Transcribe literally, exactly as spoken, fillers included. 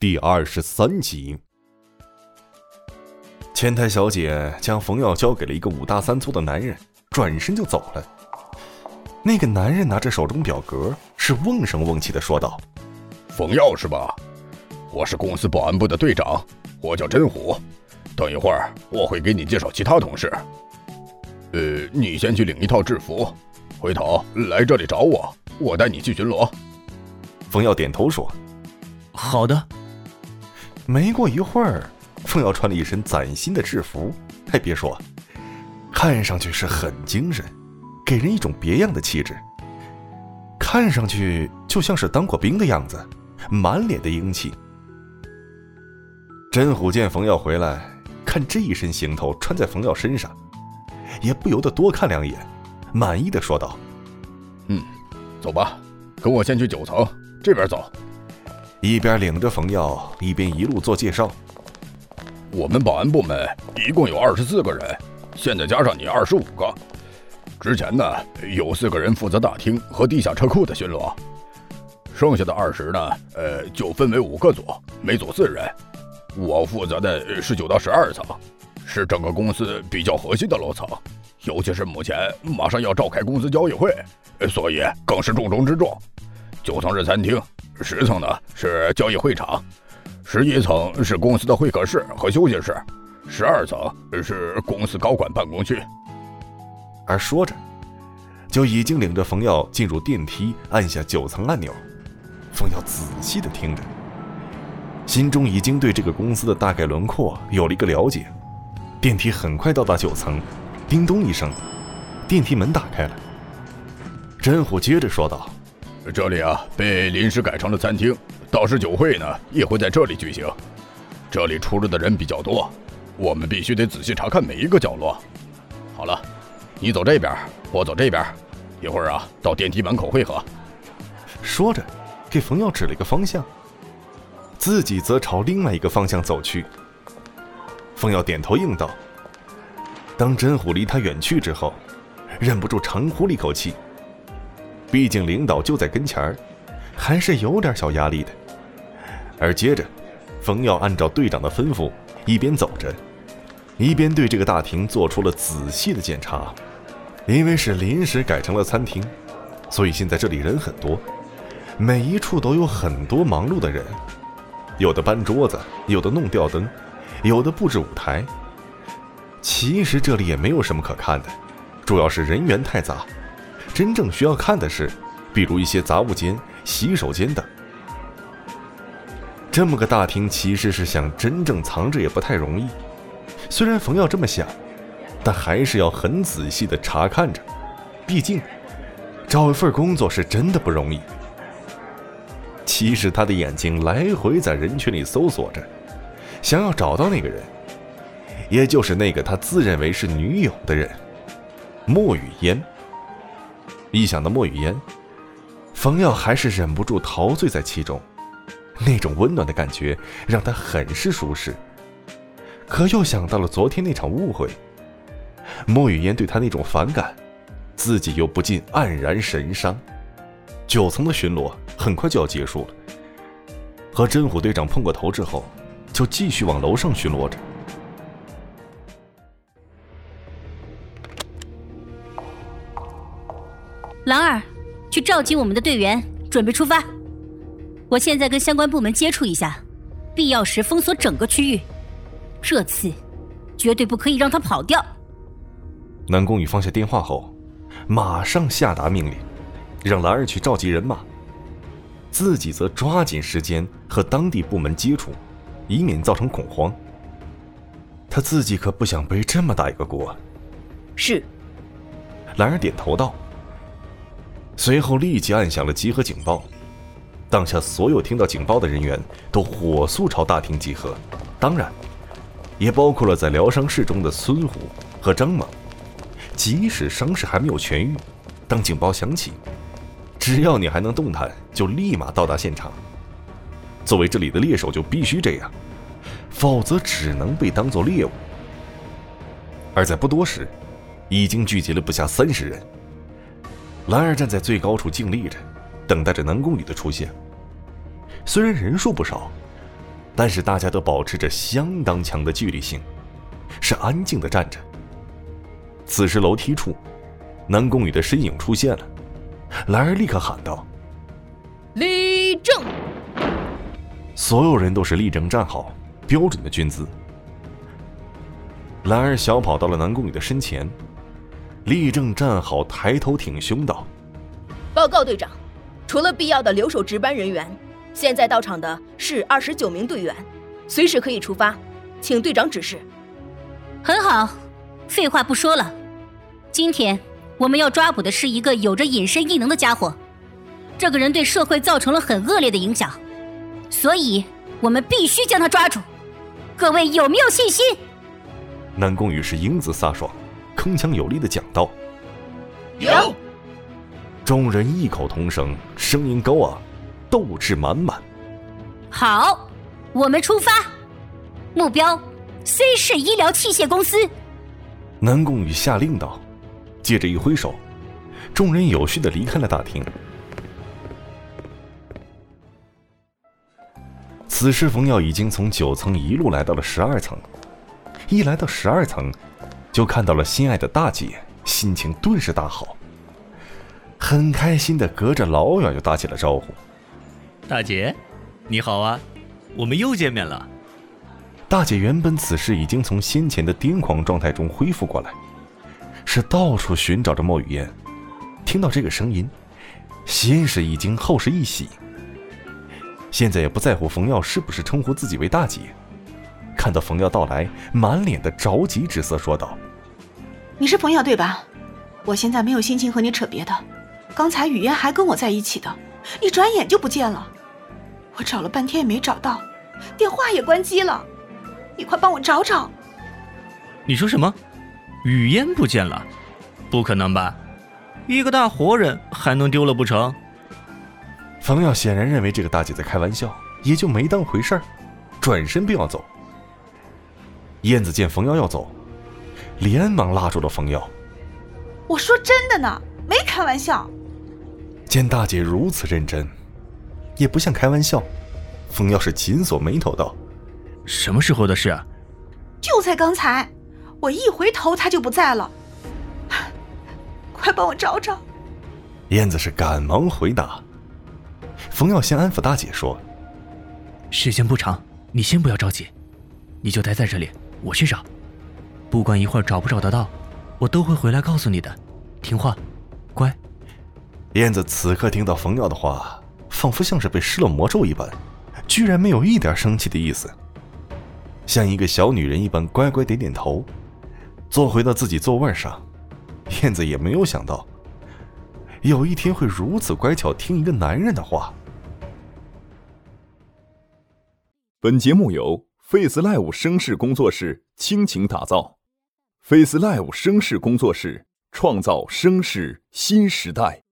第二十三集。前台小姐将冯耀交给了一个五大三粗的男人，转身就走了。那个男人拿着手中表格，是瓮声瓮气地说道：“ 冯耀是吧？我是公司保安部的队长，我叫真虎。等一会儿我会给你介绍其他同事。呃，你先去领一套制服，回头来这里找我，我带你去巡逻。” 冯耀点头说：“ 好的。” 没过一会儿，冯耀穿了一身崭新的制服，还别说，看上去是很精神，给人一种别样的气质，看上去就像是当过兵的样子，满脸的英气。真虎见冯耀回来，看这一身行头穿在冯耀身上，也不由得多看两眼，满意的说道：“ 嗯，走吧，跟我先去九层，这边走。” 一边领着冯耀，一边一路做介绍。 我们保安部门一共有二十四个人，现在加上你二十五个。之前呢，有四个人负责大厅和地下车库的巡逻，剩下的二十呢，呃，就分为五个组，每组四人。我负责的是九到十二层，是整个公司比较核心的楼层，尤其是目前马上要召开公司交易会，所以更是重中之重。九层是餐厅，十层呢是交易会场，十一层是公司的会客室和休息室，十二层是公司高管办公区。 而说着，就已经领着冯耀进入电梯，按下九层按钮。冯耀仔细地听着，心中已经对这个公司的大概轮廓有了一个了解。电梯很快到达九层，叮咚一声，电梯门打开了。真虎接着说道：“ 这里啊被临时改成了餐厅，到时酒会呢也会在这里举行。这里出入的人比较多，我们必须得仔细查看每一个角落。好了，你走这边，我走这边，一会儿啊到电梯门口汇合。” 说着给冯耀指了一个方向，自己则朝另外一个方向走去。冯耀点头应道。当真虎离他远去之后，忍不住长呼了一口气，毕竟领导就在跟前儿，还是有点小压力的。而接着冯耀按照队长的吩咐，一边走着一边对这个大厅做出了仔细的检查。因为是临时改成了餐厅，所以现在这里人很多，每一处都有很多忙碌的人，有的搬桌子，有的弄吊灯，有的布置舞台。其实这里也没有什么可看的，主要是人员太杂，真正需要看的是比如一些杂物间、洗手间等。这么个大厅其实是想真正藏着也不太容易，虽然冯耀这么想，但还是要很仔细地查看着，毕竟找一份工作是真的不容易。其实他的眼睛来回在人群里搜索着，想要找到那个人，也就是那个他自认为是女友的人，莫雨嫣。一想到莫雨嫣，冯耀还是忍不住陶醉在其中，那种温暖的感觉让他很是舒适。可又想到了昨天那场误会，莫雨嫣对他那种反感，自己又不禁黯然神伤。九层的巡逻很快就要结束了，和真虎队长碰过头之后，就继续往楼上巡逻着。 狼儿，去召集我们的队员，准备出发。我现在跟相关部门接触一下，必要时封锁整个区域。这次绝对不可以让他跑掉。 南宫羽放下电话后，马上下达命令，让兰儿去召集人马，自己则抓紧时间和当地部门接触，以免造成恐慌。他自己可不想背这么大一个锅。 是。 兰儿点头道，随后立即按响了集合警报。当下所有听到警报的人员都火速朝大厅集合，当然也包括了在疗伤室中的孙虎和张猛。即使伤势还没有痊愈，当警报响起，只要你还能动弹，就立马到达现场。作为这里的猎手就必须这样，否则只能被当作猎物。而在不多时，已经聚集了不下三十人。兰儿站在最高处静立着，等待着南宫羽的出现。虽然人数不少， 但是大家都保持着相当强的距离性，是安静的站着。此时楼梯处，南宫羽的身影出现了，兰儿立刻喊道： 立正！ 所有人都是立正站好，标准的军姿。兰儿小跑到了南宫羽的身前，立正站好，抬头挺胸道： 报告队长，除了必要的留守值班人员，现在到场的是二十九名队员，随时可以出发，请队长指示。 很好，废话不说了，今天我们要抓捕的是一个有着隐身异能的家伙，这个人对社会造成了很恶劣的影响，所以我们必须将他抓住。各位有没有信心？ 南宫羽是英姿飒爽，铿锵有力地讲道。 有！ 众人异口同声，声音高昂，斗志满满。 好，我们出发，目标 C 市医疗器械公司。 南宫羽下令道，接着一挥手，众人有序地离开了大厅。此时冯耀已经从九层一路来到了十二层，一来到十二层就看到了心爱的大姐，心情顿时大好，很开心的隔着老远就打起了招呼。 大姐你好啊，我们又见面了。 大姐原本此时已经从先前的癫狂状态中恢复过来，是到处寻找着莫雨嫣，听到这个声音，先是一惊，后是一喜，现在也不在乎冯耀是不是称呼自己为大姐，看到冯耀到来，满脸的着急之色，说道： 你是冯耀对吧？我现在没有心情和你扯别的，刚才雨嫣还跟我在一起的，一转眼就不见了，我找了半天也没找到，电话也关机了，你快帮我找找。 你说什么？雨嫣不见了？不可能吧，一个大活人还能丢了不成？ 冯耀显然认为这个大姐在开玩笑，也就没当回事儿，转身便要走。燕子见冯耀要走，连忙拉住了冯耀。 我说真的呢，没开玩笑。 见大姐如此认真，也不像开玩笑，冯耀是紧锁眉头道： 什么时候的事啊？ 就在刚才，我一回头他就不在了，快帮我找找。 燕子是赶忙回答。冯耀先安抚大姐说： 时间不长，你先不要着急，你就待在这里，我去找，不管一会儿找不找得到，我都会回来告诉你的，听话乖。 燕子此刻听到冯耀的话，仿佛像是被施了魔咒一般，居然没有一点生气的意思，像一个小女人一般乖乖点点头，坐回到自己座位上。燕子也没有想到有一天会如此乖巧听一个男人的话。 本节目由 Face Live 声势工作室倾情打造， Face Live 声势工作室创造声势新时代。